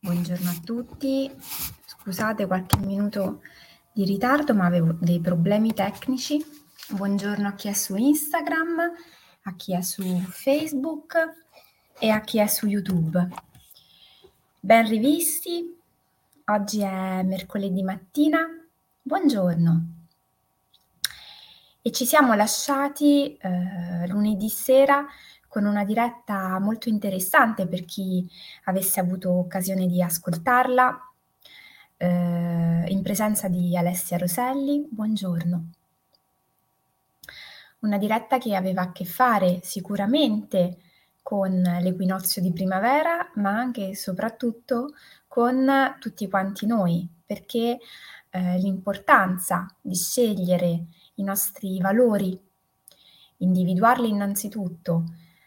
Buongiorno a tutti, scusate qualche minuto di ritardo, ma avevo dei problemi tecnici. Buongiorno a chi è su Instagram, a chi è su Facebook e a chi è su YouTube. Ben rivisti, oggi è mercoledì mattina, buongiorno. E ci siamo lasciati lunedì sera con una diretta molto interessante per chi avesse avuto occasione di ascoltarla, in presenza di Alessia Roselli. Buongiorno. Una diretta che aveva a che fare sicuramente con l'equinozio di primavera, ma anche e soprattutto con tutti quanti noi, perché l'importanza di scegliere i nostri valori, individuarli innanzitutto,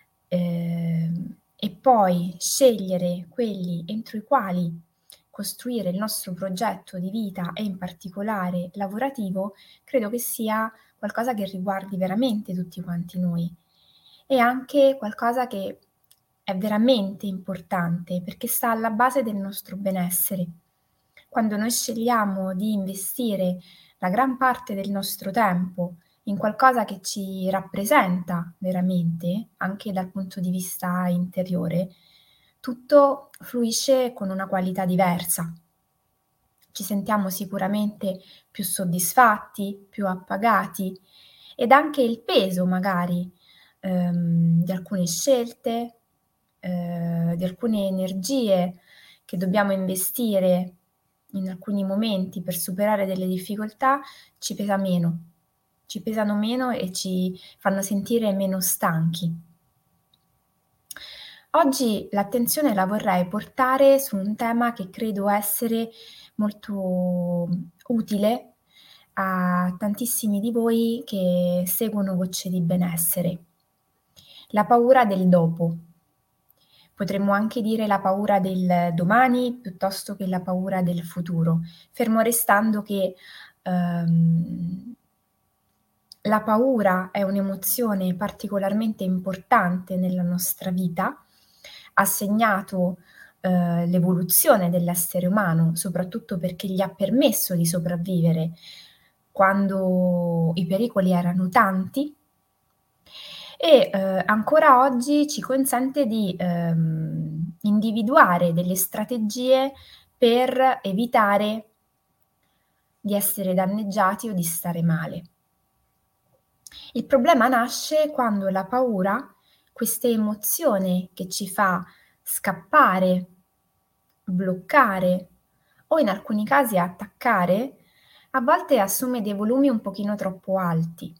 e poi scegliere quelli entro i quali costruire il nostro progetto di vita e in particolare lavorativo, credo che sia qualcosa che riguardi veramente tutti quanti noi e anche qualcosa che è veramente importante perché sta alla base del nostro benessere. Quando noi scegliamo di investire la gran parte del nostro tempo in qualcosa che ci rappresenta veramente, anche dal punto di vista interiore, tutto fluisce con una qualità diversa. Ci sentiamo sicuramente più soddisfatti, più appagati ed anche il peso magari di alcune scelte, di alcune energie che dobbiamo investire in alcuni momenti per superare delle difficoltà ci pesa meno. Ci pesano meno e ci fanno sentire meno stanchi. Oggi l'attenzione la vorrei portare su un tema che credo essere molto utile a tantissimi di voi che seguono Voce di Benessere. La paura del dopo. Potremmo anche dire la paura del domani piuttosto che la paura del futuro, fermo restando che la paura è un'emozione particolarmente importante nella nostra vita, ha segnato l'evoluzione dell'essere umano, soprattutto perché gli ha permesso di sopravvivere quando i pericoli erano tanti e ancora oggi ci consente di individuare delle strategie per evitare di essere danneggiati o di stare male. Il problema nasce quando la paura, questa emozione che ci fa scappare, bloccare o in alcuni casi attaccare, a volte assume dei volumi un pochino troppo alti.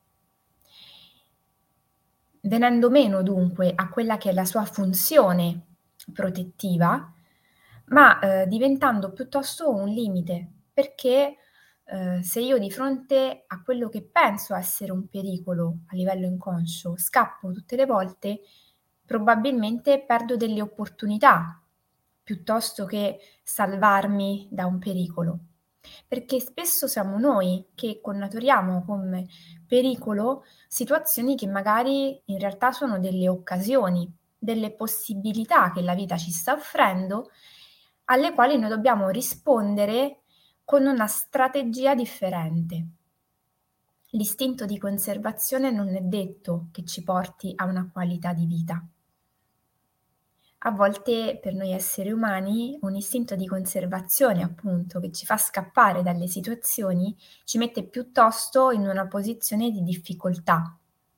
Venendo meno dunque a quella che è la sua funzione protettiva, ma diventando piuttosto un limite, perché se io di fronte a quello che penso essere un pericolo a livello inconscio scappo tutte le volte, probabilmente perdo delle opportunità piuttosto che salvarmi da un pericolo. Perché spesso siamo noi che connaturiamo come pericolo situazioni che magari in realtà sono delle occasioni, delle possibilità che la vita ci sta offrendo, alle quali noi dobbiamo rispondere con una strategia differente. L'istinto di conservazione non è detto che ci porti a una qualità di vita. A volte per noi esseri umani un istinto di conservazione, appunto, che ci fa scappare dalle situazioni, ci mette piuttosto in una posizione di difficoltà.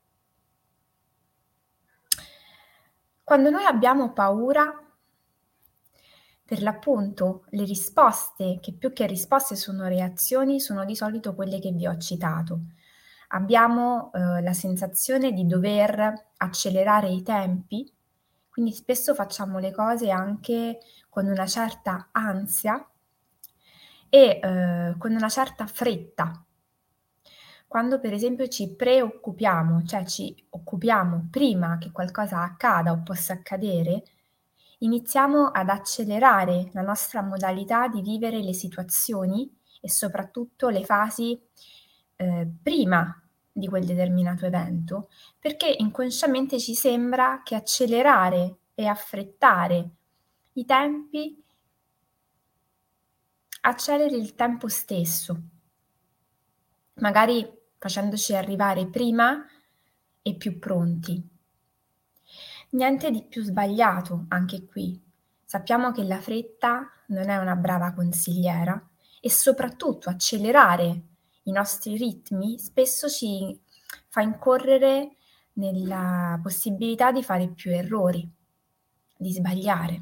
Quando noi abbiamo paura, per l'appunto le risposte, che più che risposte sono reazioni, sono di solito quelle che vi ho citato. Abbiamo la sensazione di dover accelerare i tempi, quindi spesso facciamo le cose anche con una certa ansia e con una certa fretta. Quando per esempio ci preoccupiamo, cioè ci occupiamo prima che qualcosa accada o possa accadere, iniziamo ad accelerare la nostra modalità di vivere le situazioni e soprattutto le fasi prima di quel determinato evento, perché inconsciamente ci sembra che accelerare e affrettare i tempi acceleri il tempo stesso, magari facendoci arrivare prima e più pronti. Niente di più sbagliato anche qui. Sappiamo che la fretta non è una brava consigliera e soprattutto accelerare i nostri ritmi spesso ci fa incorrere nella possibilità di fare più errori, di sbagliare.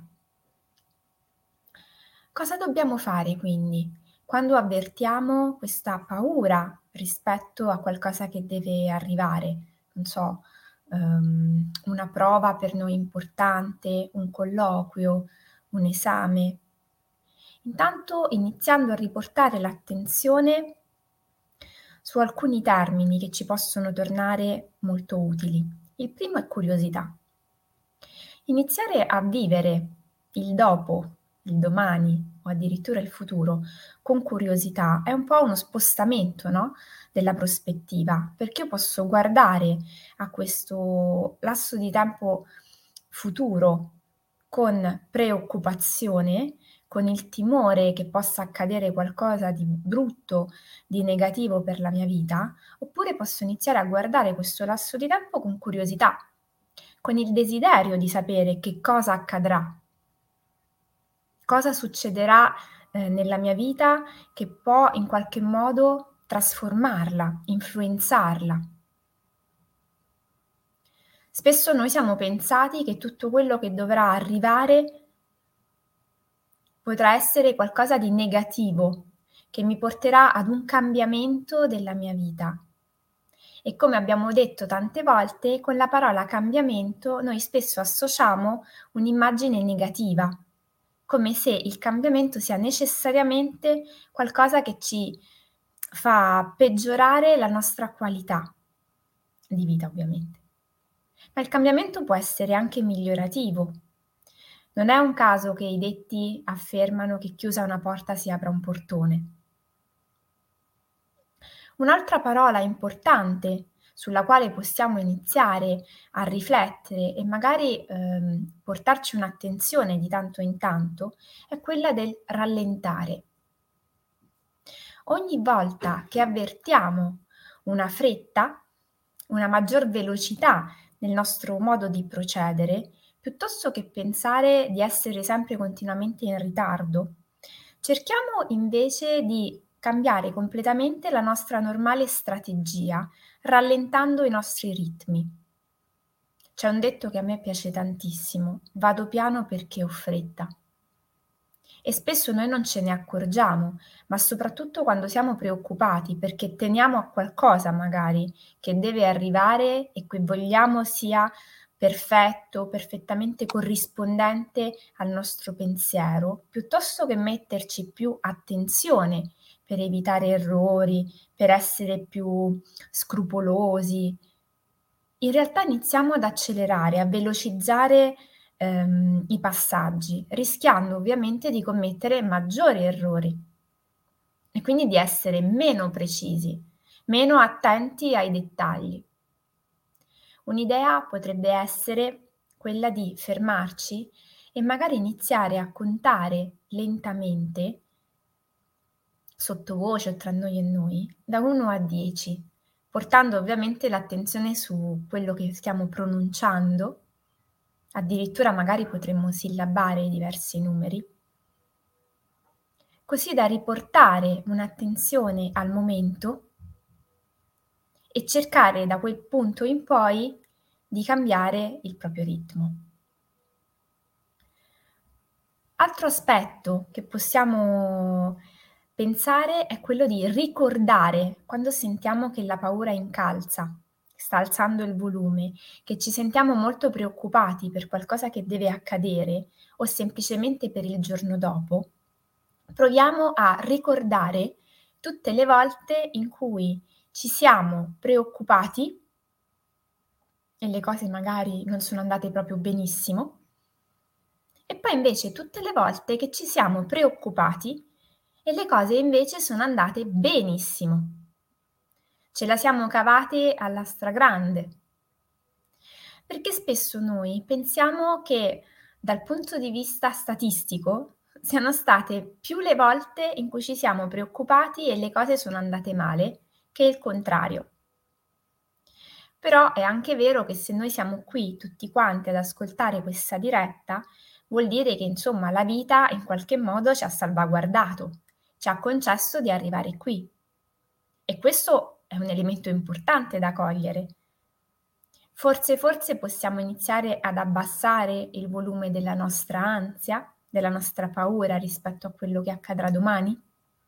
Cosa dobbiamo fare quindi quando avvertiamo questa paura rispetto a qualcosa che deve arrivare? Non so, una prova per noi importante, un colloquio, un esame. Intanto iniziando a riportare l'attenzione su alcuni termini che ci possono tornare molto utili. Il primo è curiosità. Iniziare a vivere il dopo, il domani o addirittura il futuro con curiosità è un po' uno spostamento, no, della prospettiva, perché io posso guardare a questo lasso di tempo futuro con preoccupazione, con il timore che possa accadere qualcosa di brutto, di negativo per la mia vita, oppure posso iniziare a guardare questo lasso di tempo con curiosità, con il desiderio di sapere che cosa accadrà, cosa succederà, nella mia vita che può in qualche modo trasformarla, influenzarla. Spesso noi siamo pensati che tutto quello che dovrà arrivare potrà essere qualcosa di negativo, che mi porterà ad un cambiamento della mia vita. E come abbiamo detto tante volte, con la parola cambiamento noi spesso associamo un'immagine negativa, come se il cambiamento sia necessariamente qualcosa che ci fa peggiorare la nostra qualità di vita, ovviamente. Ma il cambiamento può essere anche migliorativo. Non è un caso che i detti affermano che chiusa una porta si apra un portone. Un'altra parola importante sulla quale possiamo iniziare a riflettere e magari, portarci un'attenzione di tanto in tanto, è quella del rallentare. Ogni volta che avvertiamo una fretta, una maggior velocità nel nostro modo di procedere, piuttosto che pensare di essere sempre continuamente in ritardo, cerchiamo invece di cambiare completamente la nostra normale strategia, rallentando i nostri ritmi. C'è un detto che a me piace tantissimo: vado piano perché ho fretta. E spesso noi non ce ne accorgiamo, ma soprattutto quando siamo preoccupati perché teniamo a qualcosa magari che deve arrivare e che vogliamo sia perfetto, perfettamente corrispondente al nostro pensiero, piuttosto che metterci più attenzione per evitare errori, per essere più scrupolosi, in realtà iniziamo ad accelerare, a velocizzare, i passaggi, rischiando ovviamente di commettere maggiori errori e quindi di essere meno precisi, meno attenti ai dettagli. Un'idea potrebbe essere quella di fermarci e magari iniziare a contare lentamente, sottovoce o tra noi e noi, da 1 a 10, portando ovviamente l'attenzione su quello che stiamo pronunciando, addirittura magari potremmo sillabare diversi numeri, così da riportare un'attenzione al momento e cercare da quel punto in poi di cambiare il proprio ritmo. Altro aspetto che possiamo pensare è quello di ricordare quando sentiamo che la paura incalza, sta alzando il volume, che ci sentiamo molto preoccupati per qualcosa che deve accadere o semplicemente per il giorno dopo, proviamo a ricordare tutte le volte in cui ci siamo preoccupati e le cose magari non sono andate proprio benissimo, e poi invece tutte le volte che ci siamo preoccupati e le cose invece sono andate benissimo. Ce la siamo cavate alla stragrande. Perché spesso noi pensiamo che dal punto di vista statistico siano state più le volte in cui ci siamo preoccupati e le cose sono andate male, che il contrario. Però è anche vero che se noi siamo qui tutti quanti ad ascoltare questa diretta, vuol dire che insomma la vita in qualche modo ci ha salvaguardato, ci ha concesso di arrivare qui. E questo è un elemento importante da cogliere. Forse possiamo iniziare ad abbassare il volume della nostra ansia, della nostra paura rispetto a quello che accadrà domani?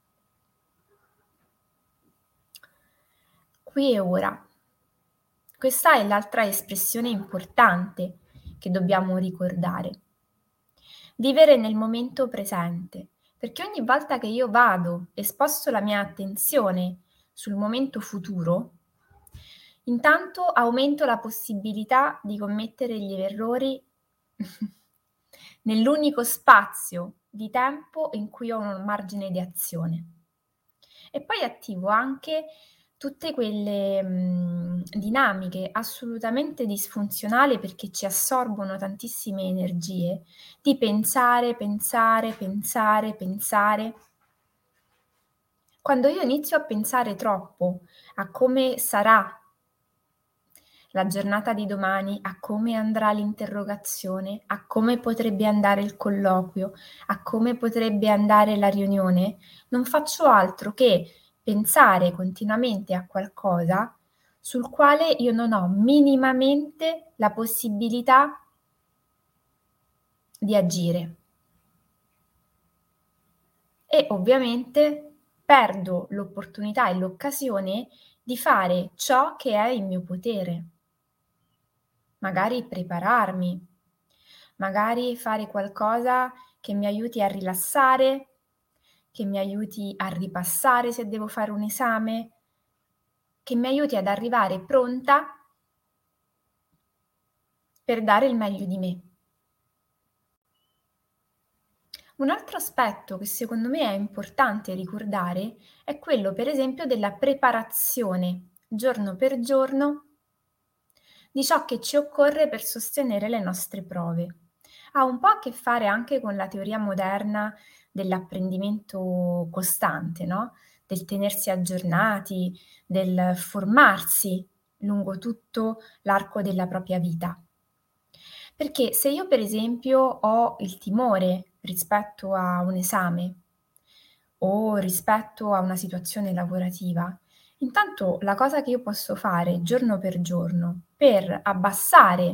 Qui e ora. Questa è l'altra espressione importante che dobbiamo ricordare. Vivere nel momento presente, perché ogni volta che io vado e sposto la mia attenzione sul momento futuro, intanto aumento la possibilità di commettere gli errori nell'unico spazio di tempo in cui ho un margine di azione. E poi attivo anche tutte quelle, dinamiche assolutamente disfunzionali perché ci assorbono tantissime energie, di pensare, pensare, pensare, pensare. Quando io inizio a pensare troppo a come sarà la giornata di domani, a come andrà l'interrogazione, a come potrebbe andare il colloquio, a come potrebbe andare la riunione, non faccio altro che pensare continuamente a qualcosa sul quale io non ho minimamente la possibilità di agire. E ovviamente perdo l'opportunità e l'occasione di fare ciò che è in mio potere. Magari prepararmi, magari fare qualcosa che mi aiuti a rilassare, che mi aiuti a ripassare se devo fare un esame, che mi aiuti ad arrivare pronta per dare il meglio di me. Un altro aspetto che secondo me è importante ricordare è quello, per esempio, della preparazione giorno per giorno di ciò che ci occorre per sostenere le nostre prove. Ha un po' a che fare anche con la teoria moderna dell'apprendimento costante, no? Del tenersi aggiornati, del formarsi lungo tutto l'arco della propria vita. Perché se io per esempio ho il timore rispetto a un esame o rispetto a una situazione lavorativa, intanto la cosa che io posso fare giorno per giorno per abbassare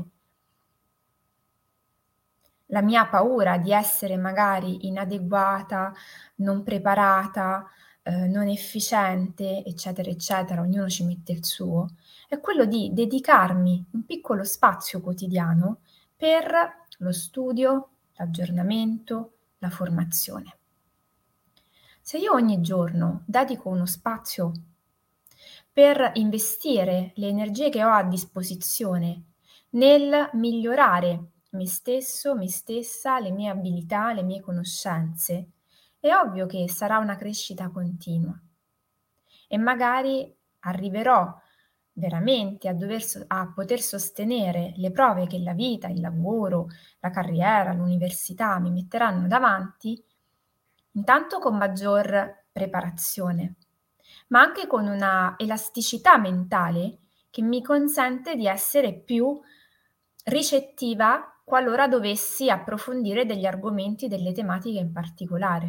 la mia paura di essere magari inadeguata, non preparata, non efficiente, eccetera, eccetera, ognuno ci mette il suo, è quello di dedicarmi un piccolo spazio quotidiano per lo studio, l'aggiornamento, la formazione. Se io ogni giorno dedico uno spazio per investire le energie che ho a disposizione nel migliorare me stesso, me stessa, le mie abilità, le mie conoscenze, è ovvio che sarà una crescita continua e magari arriverò veramente a poter sostenere le prove che la vita, il lavoro, la carriera, l'università mi metteranno davanti, intanto con maggior preparazione, ma anche con una elasticità mentale che mi consente di essere più ricettiva qualora dovessi approfondire degli argomenti, delle tematiche in particolare.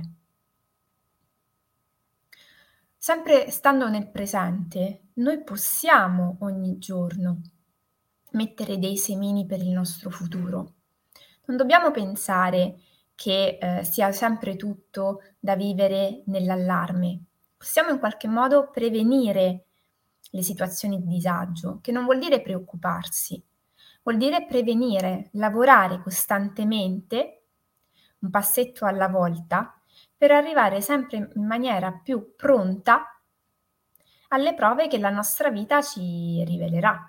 Sempre stando nel presente, noi possiamo ogni giorno mettere dei semini per il nostro futuro. Non dobbiamo pensare che, sia sempre tutto da vivere nell'allarme. Possiamo in qualche modo prevenire le situazioni di disagio, che non vuol dire preoccuparsi, vuol dire prevenire, lavorare costantemente, un passetto alla volta, per arrivare sempre in maniera più pronta alle prove che la nostra vita ci rivelerà.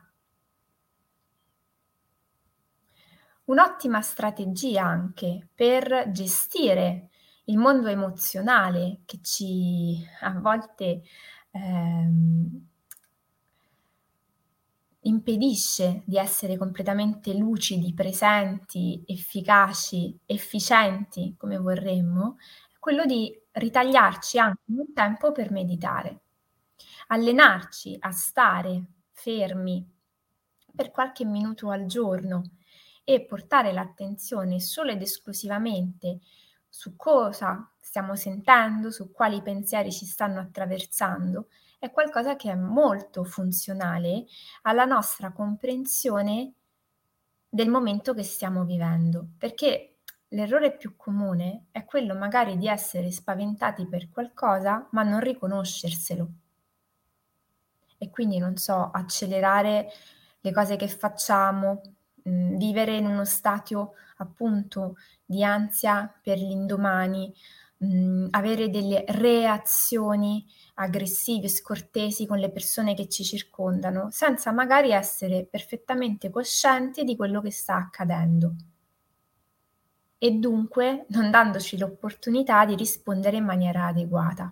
Un'ottima strategia anche per gestire il mondo emozionale che a volte, ehm, impedisce di essere completamente lucidi, presenti, efficaci, efficienti come vorremmo, è quello di ritagliarci anche un tempo per meditare. Allenarci a stare fermi per qualche minuto al giorno e portare l'attenzione solo ed esclusivamente su cosa stiamo sentendo, su quali pensieri ci stanno attraversando, è qualcosa che è molto funzionale alla nostra comprensione del momento che stiamo vivendo, perché l'errore più comune è quello magari di essere spaventati per qualcosa, ma non riconoscerselo. E quindi, non so, accelerare le cose che facciamo, vivere in uno stato appunto di ansia per l'indomani, avere delle reazioni aggressive, scortesi con le persone che ci circondano, senza magari essere perfettamente coscienti di quello che sta accadendo e dunque non dandoci l'opportunità di rispondere in maniera adeguata.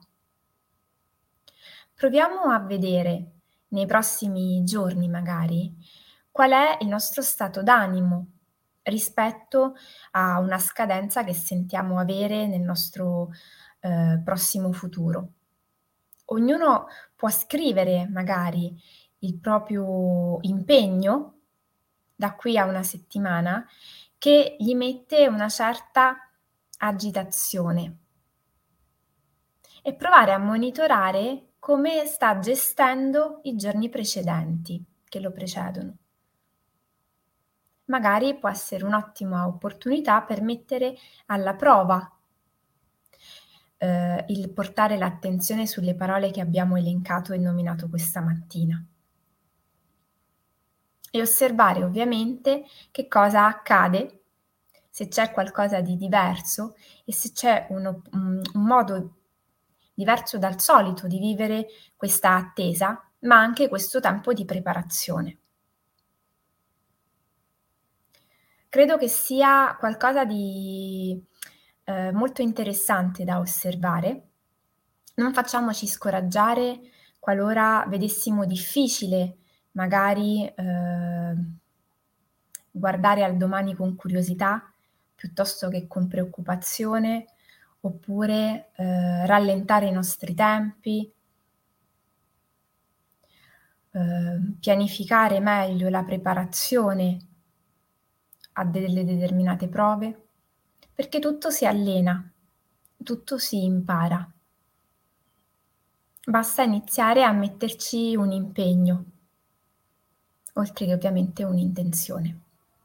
Proviamo a vedere nei prossimi giorni magari qual è il nostro stato d'animo rispetto a una scadenza che sentiamo avere nel nostro, prossimo futuro. Ognuno può scrivere magari il proprio impegno da qui a una settimana che gli mette una certa agitazione e provare a monitorare come sta gestendo i giorni precedenti che lo precedono. Magari può essere un'ottima opportunità per mettere alla prova, il portare l'attenzione sulle parole che abbiamo elencato e nominato questa mattina. E osservare ovviamente che cosa accade, se c'è qualcosa di diverso e se c'è un modo diverso dal solito di vivere questa attesa, ma anche questo tempo di preparazione. Credo che sia qualcosa di, molto interessante da osservare. Non facciamoci scoraggiare qualora vedessimo difficile magari, guardare al domani con curiosità piuttosto che con preoccupazione, oppure, rallentare i nostri tempi, pianificare meglio la preparazione a delle determinate prove, perché tutto si allena, tutto si impara. Basta iniziare a metterci un impegno, oltre che ovviamente un'intenzione.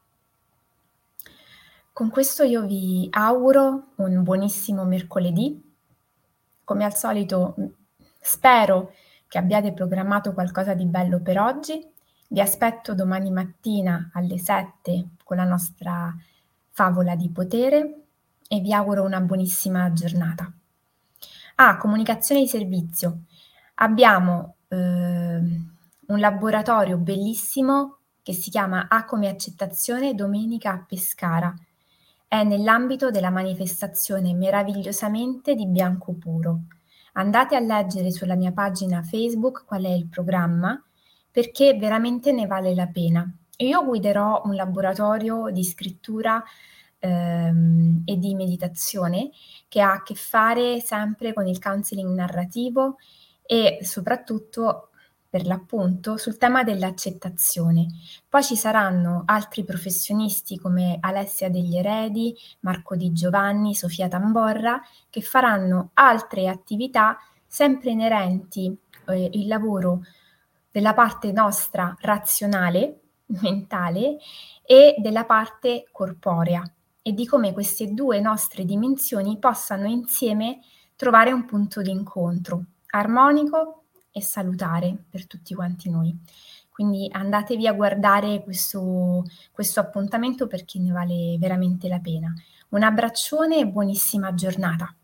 Con questo io vi auguro un buonissimo mercoledì. Come al solito, spero che abbiate programmato qualcosa di bello per oggi. Vi aspetto domani mattina alle 7 con la nostra favola di potere e vi auguro una buonissima giornata. Ah, comunicazione di servizio. Abbiamo, un laboratorio bellissimo che si chiama A come accettazione domenica a Pescara. È nell'ambito della manifestazione Meravigliosamente di Bianco Puro. Andate a leggere sulla mia pagina Facebook qual è il programma, perché veramente ne vale la pena. E io guiderò un laboratorio di scrittura, e di meditazione che ha a che fare sempre con il counseling narrativo e soprattutto, per l'appunto, sul tema dell'accettazione. Poi ci saranno altri professionisti come Alessia Degli Eredi, Marco Di Giovanni, Sofia Tamborra, che faranno altre attività sempre inerenti, il lavoro della parte nostra razionale, mentale e della parte corporea e di come queste 2 nostre dimensioni possano insieme trovare un punto di incontro armonico e salutare per tutti quanti noi. Quindi andatevi a guardare questo appuntamento perché ne vale veramente la pena. Un abbraccione e buonissima giornata.